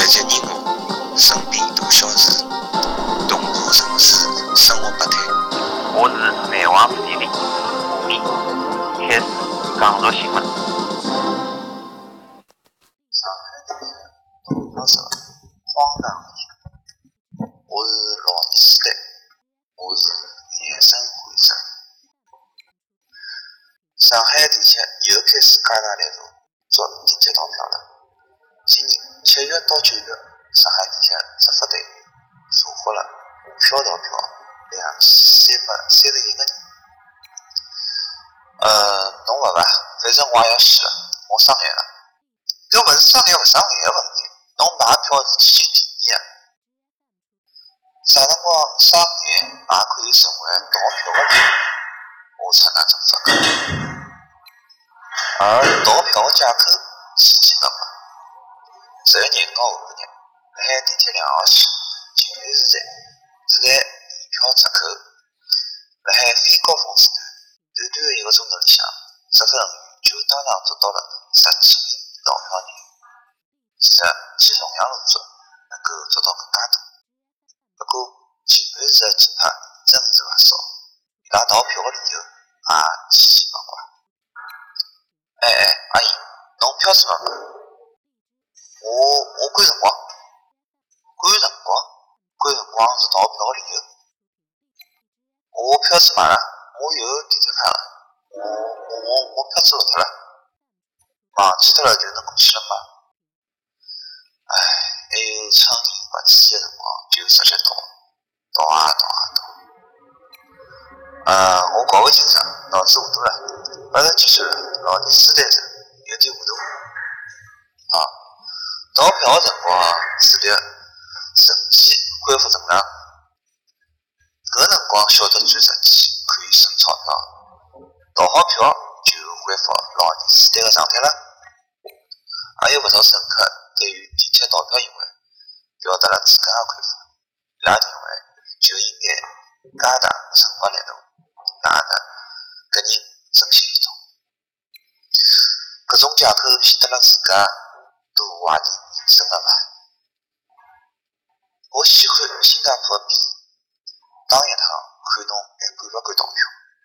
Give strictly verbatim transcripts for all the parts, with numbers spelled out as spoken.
节年我身边大小事，动画城市生活百态。 我是南王府地理吴宓，开始讲述新闻。 上海地铁投票者荒唐理由。我是老年痴呆，我是眼神涣散。上海地铁又开始加大力度做地铁投票了。今年七月到九月，上海地铁执法队查获了无票投票两千三百三十一个人。呃，侬勿伐？反正我也要死了，我上来了。搿勿是上来勿上来个问题，侬买票是天经地义个。啥辰光上台也可以成为投票个人，我出那种法克。而投票个借口千奇百怪。十月廿五号下半日，辣海地铁两号线秦淮市站出台验票折扣。辣海非高峰时段，短短的一个钟头里向，执法人员就当场捉到了十几名逃票人员。其实，去同样路段能够捉到更加多。不过，秦淮市的警察真是勿少，伊拉逃票的理由也千奇百怪。哎哎，阿姨，侬票子没买？我我赶辰光，赶辰光，赶辰光是逃票的理由。我票子买了，我有地铁卡了，我我我我票子落脱了，忘记脱了就能过去了嘛。唉，还有趁人勿注意的辰光就直接逃，逃啊逃啊逃。呃，我搞不清楚，脑子糊涂了，把它记住了，老年痴呆症，有点糊涂。啊。逃票的辰光，视力神奇恢复正常。搿辰光晓得转神奇，可以省钞票。逃好票就恢复老年痴呆的状态了。还有不少乘客对于地铁逃票行为表达了自家的看法。伊拉认为就应该加大惩罚力度，哪能搿人真心不同。搿种借口骗得了自家。都怀疑人生了吧？我喜欢新加坡的比，当一趟看侬还敢勿敢逃票。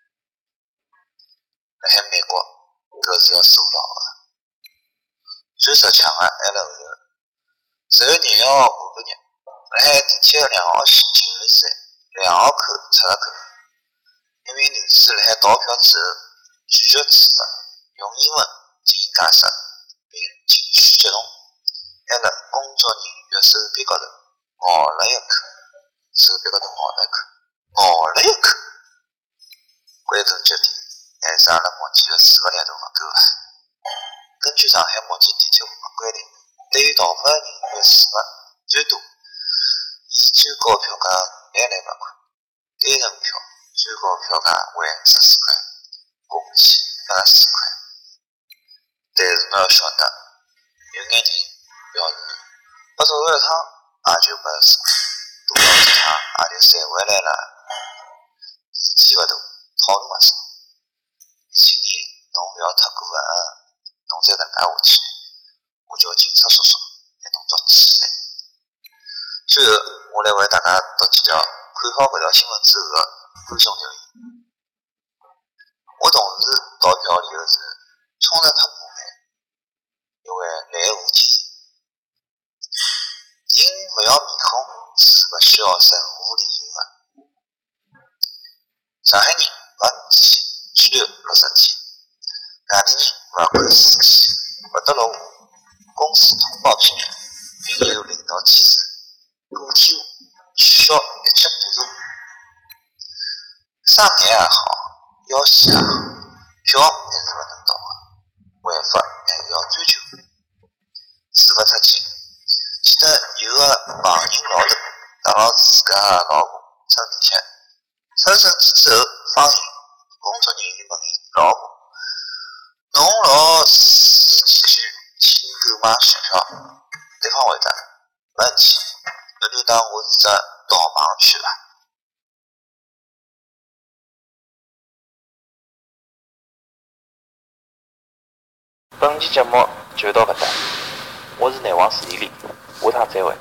辣海美国，搿是要坐牢的。最实枪的还辣后头。十月廿一号下半日，辣海地铁两号线秦淮站两号口出入口，一名男子辣海逃票之后拒绝处罚，用英文进行解释。并情绪激动，还辣工作人员的手臂高头咬了一口，手臂高头咬了一口，咬了一口。归根结底，还是阿拉目前的处罚力度勿够啊！根据上海目前地铁法规定，对于逃票人员的处罚最多以最高票价五万两百块，单程票最高票价为十四块，共计八十四块。但是侬要晓得，有眼人表示，拨走了一趟也就八十四块，多跑几趟也就赚回来了。意见勿大，套路勿少。年轻人，侬勿要太过分，侬再能介下去，我叫警察叔叔拿侬抓起来。最后，我来为大家读几条看好搿条新闻之后的观众留言。我同事逃票理由是冲着太麻烦。因为来无经验，人勿要面孔是勿需要任何理由的。上海人罚五千，拘留六十天；外地人罚款四千，勿得落户。公司通报批评，并有领导签字，个体户取消一级补助。商业也好，要钱也好，票还是勿能逃的，违法还是要追究。事发出去，记得有个盲人老头带牢自家的老婆乘地铁，出了乘机之后放行，工作人员问伊老婆：“侬老司机区请购买选票？”对方回答：“没问题，那就当我是只导盲犬吧。”本期节目就到搿搭。 我是内网史蒂里，下趟再会。